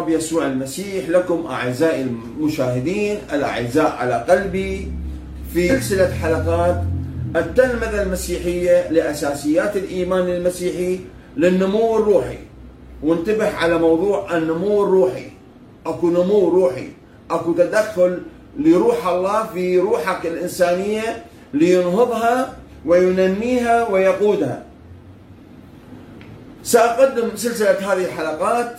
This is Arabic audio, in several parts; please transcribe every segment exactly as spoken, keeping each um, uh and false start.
الرب يسوع المسيح لكم أعزائي المشاهدين الأعزاء على قلبي في سلسلة حلقات التلمذة المسيحية لأساسيات الإيمان المسيحي للنمو الروحي. وانتبه على موضوع النمو الروحي، أكو نمو روحي، أكو تدخل لروح الله في روحك الإنسانية لينهضها وينميها ويقودها. سأقدم سلسلة هذه الحلقات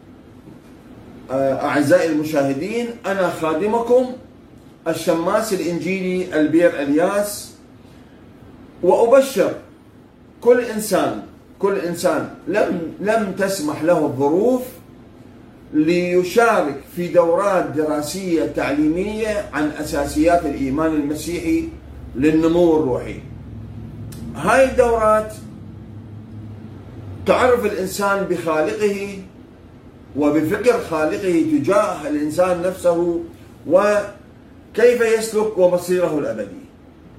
أعزائي المشاهدين. أنا خادمكم الشماس الإنجيلي البير إلياس، وأبشر كل إنسان كل إنسان لم لم تسمح له الظروف ليشارك في دورات دراسية تعليمية عن أساسيات الإيمان المسيحي للنمو الروحي. هاي الدورات تعرف الإنسان بخالقه وبفكر خالقه تجاه الإنسان نفسه وكيف يسلك ومصيره الأبدي.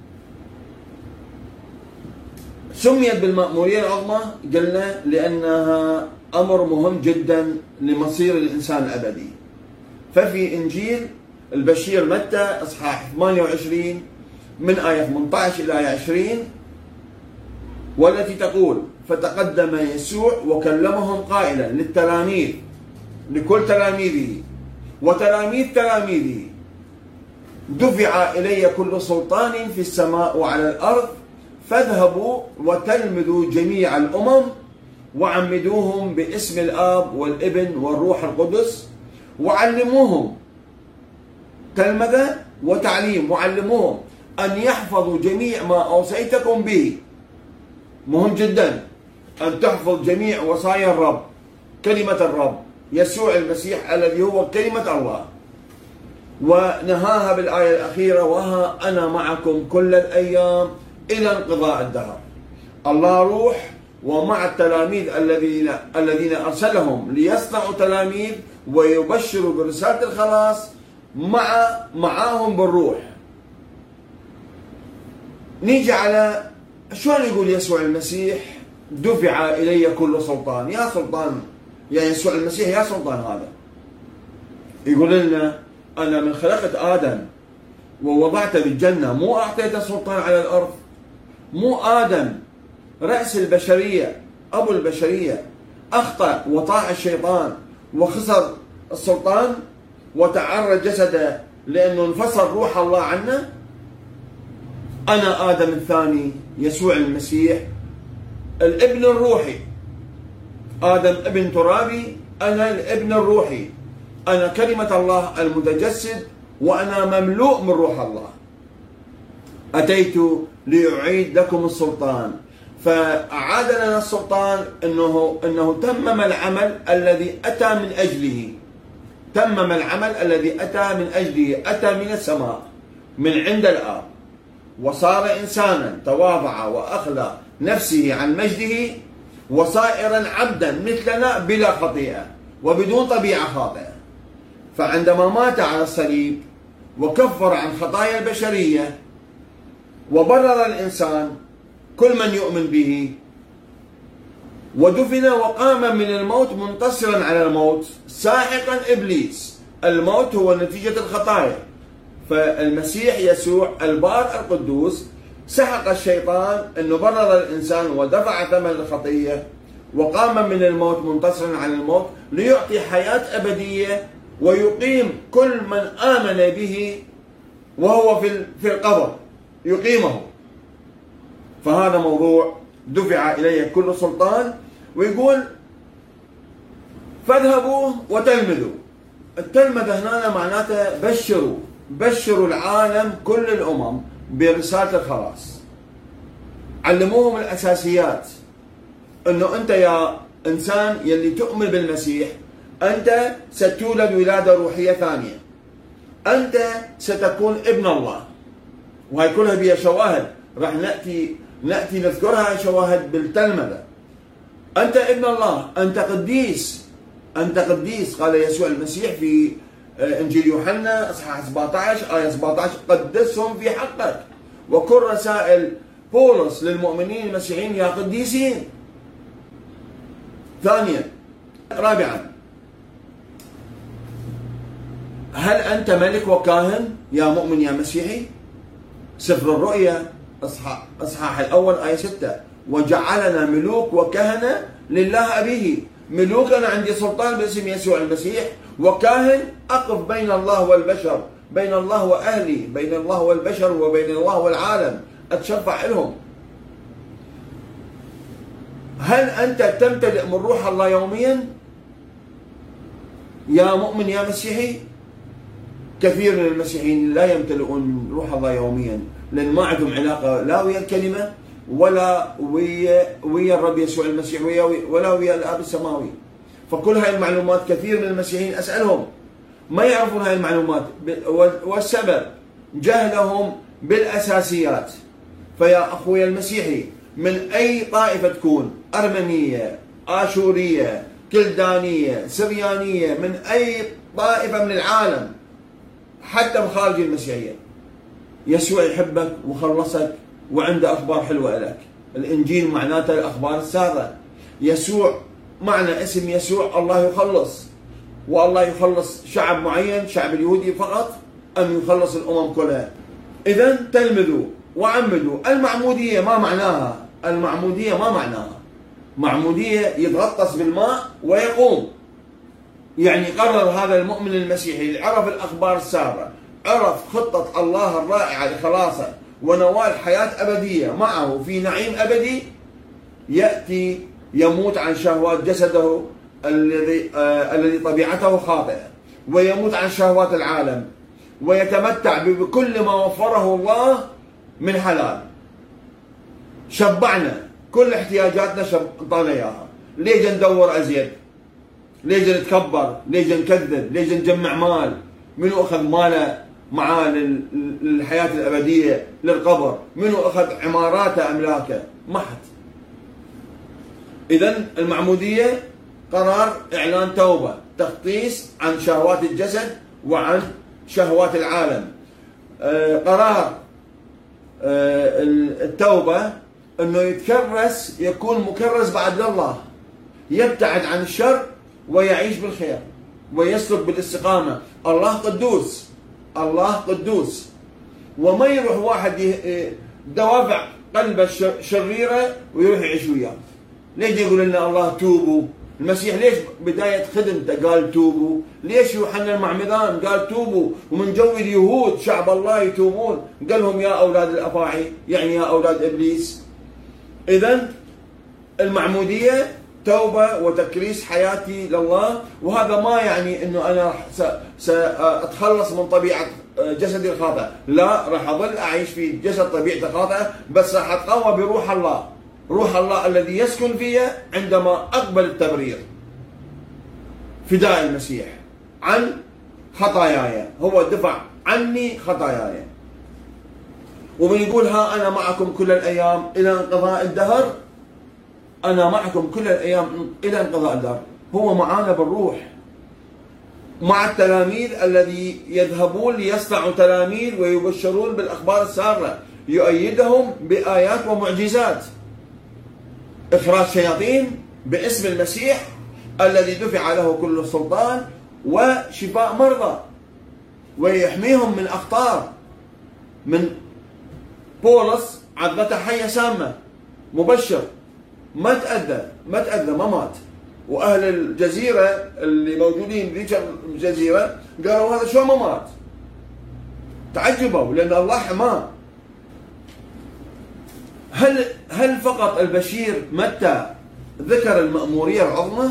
سميت بالمأمورية العظمى قلنا لأنها أمر مهم جدا لمصير الإنسان الأبدي. ففي إنجيل البشير متى إصحاح ثمانية وعشرين من آية ثمانية عشر إلى آية عشرين، والتي تقول: فتقدم يسوع وكلمهم قائلا للتلاميذ، لكل تلاميذه وتلاميذ تلاميذه: دفع إلي كل سلطان في السماء وعلى الأرض، فاذهبوا وتلمذوا جميع الأمم وعمدوهم باسم الآب والابن والروح القدس، وعلموهم تلمذة وتعليم، وعلموهم أن يحفظوا جميع ما أوصيتكم به. مهم جدا أن تحفظ جميع وصايا الرب، كلمة الرب يسوع المسيح الذي هو كلمة الله. ونهاها بالآية الأخيرة: وها أنا معكم كل الأيام إلى انقضاء الدهر. الله روح، ومع التلاميذ الذين الذين أرسلهم ليصنعوا تلاميذ ويبشروا برسالة الخلاص مع معاهم بالروح. نيجي على شلون يقول يسوع المسيح دفع إلي كل سلطان. يا سلطان يا يسوع المسيح، يا سلطان هذا؟ يقول لنا: أنا من خلقت آدم ووضعت بالجنة مو أعطيته سلطان على الأرض؟ مو آدم رأس البشرية أبو البشرية أخطأ وطاع الشيطان وخسر السلطان وتعرض جسده لأنه انفصل روح الله عنه؟ أنا آدم الثاني يسوع المسيح الابن الروحي. آدم ابن ترابي، أنا الابن الروحي، أنا كلمة الله المتجسد، وأنا مملوء من روح الله. أتيت لأعيد لكم السلطان. فأعاد لنا السلطان أنه أنه تمم العمل الذي أتى من أجله. تمم العمل الذي أتى من أجله، أتى من السماء من عند الآب، وصار إنسانا، تواضع وأخلى نفسه عن مجده، وصائرا عبدا مثلنا بلا خطيئة وبدون طبيعة خاطئة. فعندما مات على الصليب وكفر عن خطايا البشرية وبرر الإنسان كل من يؤمن به، ودفن وقام من الموت منتصرا على الموت ساحقا إبليس. الموت هو نتيجة الخطايا، فالمسيح يسوع البار القدوس سحق الشيطان أنه برر الإنسان ودفع ثمن الخطية وقام من الموت منتصرا على الموت ليعطي حياة أبدية ويقيم كل من آمن به وهو في في القبر، يقيمه. فهذا موضوع دفع إليه كل سلطان. ويقول: فاذهبوا وتلمذوا. التلمذة هنا معناته بشروا بشروا العالم كل الأمم برسالة الخلاص. علموهم الأساسيات، أنه أنت يا إنسان يلي تؤمن بالمسيح أنت ستولد ولادة روحية ثانية، أنت ستكون ابن الله. وهي كلها بها شواهد، راح نأتي نأتي نذكرها شواهد بالتلمذة. أنت ابن الله، أنت قديس، أنت قديس. قال يسوع المسيح في إنجيل يوحنا إصحاح سبعة عشر آية سبعة عشر: قدسهم في حقك. وكل رسائل بولس للمؤمنين المسيحيين يا قديسين. ثانيا، رابعا، هل أنت ملك وكاهن يا مؤمن يا مسيحي؟ سفر الرؤيا إصحاح إصحاح الأول آية ستة: وجعلنا ملوك وكهنة لله أبيه. ملوك أنا عندي سلطان باسم يسوع المسيح، وكاهن أقف بين الله والبشر، بين الله وأهلي، بين الله والبشر وبين الله والعالم، أتشفع لهم. هل أنت تمتلئ من روح الله يوميا يا مؤمن يا مسيحي؟ كثير من المسيحيين لا يمتلئون من روح الله يوميا، لأن ما عندهم علاقة لا ويا الكلمة ولا ويا ويا الرب يسوع المسيح ويا ولا ويا الآب السماوي. فكل هاي المعلومات كثير من المسيحيين أسألهم ما يعرفون هاي المعلومات، والسبب جهلهم بالأساسيات. فيا أخوي المسيحي، من أي طائفة تكون، أرمنية، آشورية، كلدانية، سريانية، من أي طائفة من العالم حتى من خارج المسيحية، يسوع يحبك وخلصك وعنده أخبار حلوة لك. الإنجيل معناته الأخبار السارة. يسوع معنى اسم يسوع الله يخلص، والله يخلص شعب معين، شعب اليهودي فقط، أم يخلص الأمم كلها. إذا تلمذوا وعمدوا. المعمودية ما معناها؟ المعمودية ما معناها؟ معمودية يتغطس بالماء ويقوم. يعني قرر هذا المؤمن المسيحي اللي عرف الأخبار السارة، عرف خطة الله الرائعة لخلاصه ونوال حياة أبدية معه في نعيم أبدي، يأتي يموت عن شهوات جسده الذي آه الذي طبيعته خاطئة، ويموت عن شهوات العالم، ويتمتع بكل ما وفره الله من حلال. شبعنا كل احتياجاتنا، انطانا اياها. ليش ندور ازيد؟ ليش نتكبر؟ ليش نكذب؟ ليش نجمع مال؟ منو اخذ ماله معاه للحياة الأبدية للقبر؟ منو اخذ عماراته املاكه؟ ما حد. اذا المعمودية قرار اعلان توبة، تخطيص عن شهوات الجسد وعن شهوات العالم. آه قرار آه التوبة انه يتكرس، يكون مكرس بعد لله، يبتعد عن الشر ويعيش بالخير ويسلك بالاستقامة. الله قدوس، الله قدوس، وما يروح واحد دوافع قلبه شريرة ويروح يعيش وياه. ليش يقول لنا الله توبوا؟ المسيح ليش بداية خدمته قال توبوا؟ ليش يوحنا المعمدان قال توبوا؟ ومن جو اليهود شعب الله يتوبون، قال لهم يا أولاد الأفاعي، يعني يا أولاد إبليس. إذن المعمودية توبة وتكريس حياتي لله. وهذا ما يعني أنه أنا سأتخلص من طبيعة جسدي الخاطئة، لا، راح أظل أعيش في جسد طبيعته خاطئة، بس راح أتقوى بروح الله، روح الله الذي يسكن في عندما أقبل التبرير. فداء المسيح عن خطاياي، هو دفع عني خطاياي. ومن يقول ها أنا معكم كل الأيام إلى انقضاء الدهر، أنا معكم كل الأيام إلى انقضاء الدهر، هو معانا بالروح، مع التلاميذ الذي يذهبون ليصنعوا تلاميذ ويبشرون بالأخبار السارة، يؤيدهم بآيات ومعجزات، إخراج شياطين باسم المسيح الذي دفع له كل السلطان، وشفاء مرضى، ويحميهم من أخطار. من بولس عضته حية سامة، مبشر، ما تأذى ما تأذى ما مات. وأهل الجزيرة اللي موجودين ذيك الجزيرة قالوا هذا شو ما مات، تعجبوا لأن الله حماه. هل هل فقط البشير متى ذكر المأمورية العظمى؟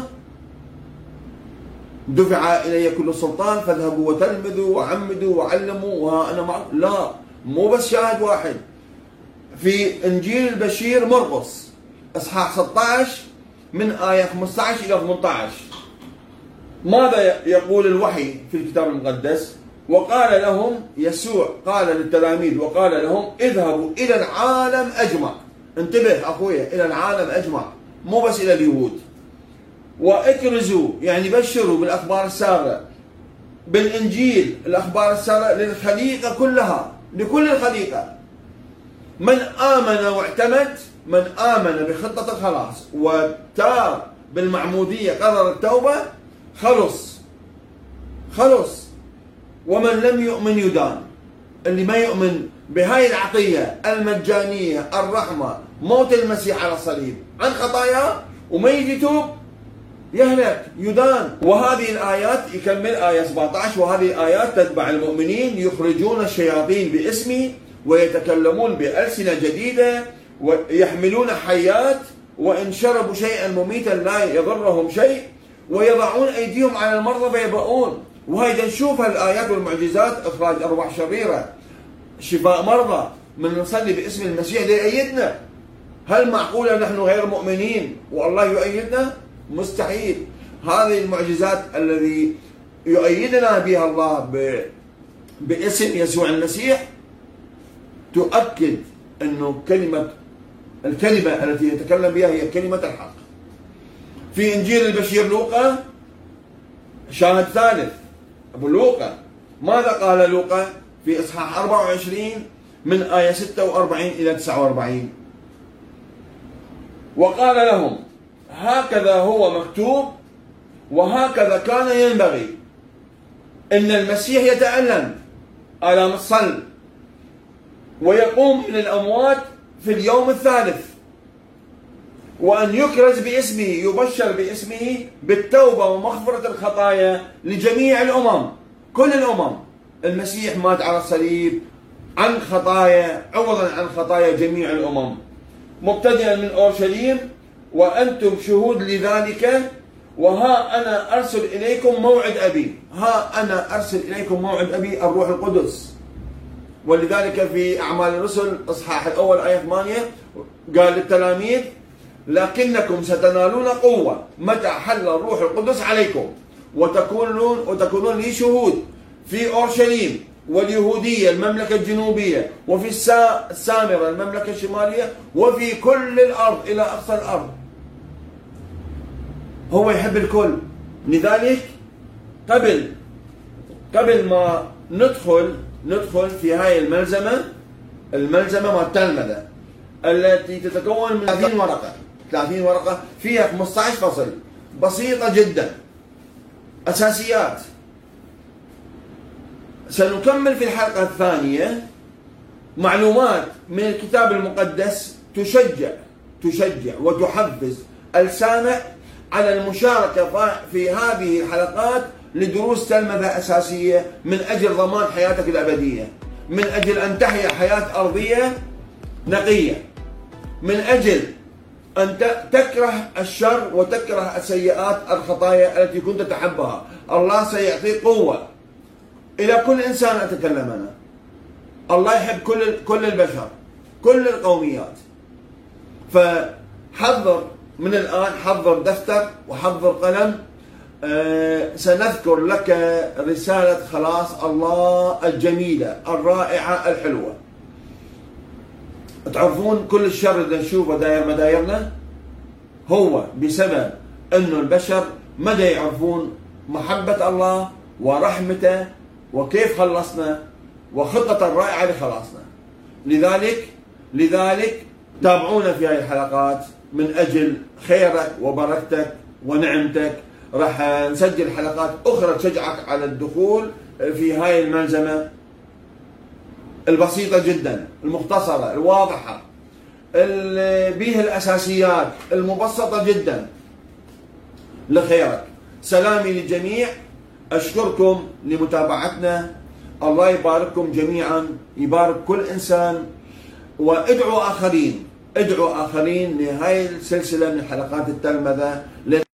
دفع إلي كل سلطان فاذهبوا وتلمذوا وعمدوا وعلموا وها أنا معكم. لا، مو بس شاهد واحد. في إنجيل البشير مرقس إصحاح ستة عشر من آية خمسة عشر إلى ثمانية عشر، ماذا يقول الوحي في الكتاب المقدس؟ وقال لهم يسوع، قال للتلاميذ وقال لهم اذهبوا إلى العالم أجمع. انتبه أخويا، إلى العالم أجمع، مو بس إلى اليهود. واكرزوا يعني بشروا بالأخبار السارة، بالإنجيل الأخبار السارة للخليقة كلها، لكل الخليقة. من آمن واعتمد، من آمن بخطة الخلاص وتاب بالمعمودية، قرر التوبة، خلص خلص ومن لم يؤمن يدان. اللي ما يؤمن بهاي العطية المجانية الرحمة موت المسيح على الصليب عن خطاياه وما يجي يتوب يهلك يدان. وهذه الآيات يكمل آية سبعة عشر: وهذه الآيات تتبع المؤمنين يخرجون الشياطين باسمي ويتكلمون بألسنة جديدة ويحملون حيات وإن شربوا شيئا مميتا لا يضرهم شيء ويضعون أيديهم على المرضى فيبرؤون. وهيدا نشوف هالآيات والمعجزات: إخراج أرواح شريرة، شفاء مرضى، من نصلي باسم المسيح ليأيدنا. هل معقولة نحن غير مؤمنين والله يؤيدنا؟ مستحيل. هذه المعجزات الذي يؤيدنا بها الله ب... باسم يسوع المسيح تؤكد أنه كلمة الكلمة التي يتكلم بها هي كلمة الحق. في إنجيل البشير لوقا شاهد ثالث أبو لوقا، ماذا قال لوقا في إصحاح أربعة وعشرين من آية ستة وأربعين إلى تسعة وأربعين؟ وقال لهم: هكذا هو مكتوب وهكذا كان ينبغي إن المسيح يتألم آلام الصلب ويقوم من الأموات في اليوم الثالث وأن يكرز باسمه، يبشر باسمه بالتوبة ومغفرة الخطايا لجميع الأمم. كل الأمم المسيح مات على الصليب عن خطايا، عوضا عن خطايا جميع الأمم، مبتدئا من أورشليم: وأنتم شهود لذلك وها أنا أرسل إليكم موعد أبي. ها أنا أرسل إليكم موعد أبي الروح القدس. ولذلك في أعمال الرسل إصحاح الأول آية ثمانية قال للتلاميذ: لكنكم ستنالون قوة متى حل الروح القدس عليكم وتكونون وتكونون لي شهود في أورشليم واليهودية المملكة الجنوبية وفي السامرة المملكة الشمالية وفي كل الأرض إلى أقصى الأرض. هو يحب الكل. لذلك قبل قبل ما ندخل ندخل في هاي الملزمة الملزمة مال التلمذة التي تتكون من ثلاثين ورقة ثلاثين ورقة فيها خمسة عشر فصل بسيطة جدا، أساسيات. سنكمل في الحلقة الثانية معلومات من الكتاب المقدس تشجع تشجع وتحفز السامع على المشاركة في هذه الحلقات لدروس تلمذة أساسية من أجل ضمان حياتك الأبدية، من أجل أن تحيا حياة أرضية نقية، من أجل أن تكره الشر وتكره السيئات الخطايا التي كنت تحبها. الله سيعطيك قوة إلى كل إنسان أتكلم أنا. الله يحب كل كل البشر، كل القوميات. فحضر من الآن، حضر دفتر وحضر قلم. أه سنذكر لك رسالة خلاص الله الجميلة الرائعة الحلوة. تعرفون كل الشر اللي نشوفه داير مدايرنا هو بسبب أنه البشر ما يعرفون محبة الله ورحمته وكيف خلصنا وخطة الرائعة لخلاصنا. لذلك لذلك تابعونا في هذه الحلقات من أجل خيرك وبركتك ونعمتك. راح نسجل حلقات أخرى تشجعك على الدخول في هاي الملزمة البسيطة جدا، المختصرة، الواضحة، اللي بيها الأساسيات، المبسطة جدا لخيرك. سلامي للجميع، أشكركم لمتابعتنا. الله يبارككم جميعا، يبارك كل إنسان، وادعوا آخرين ادعوا آخرين لهاي السلسلة من حلقات التلمذة.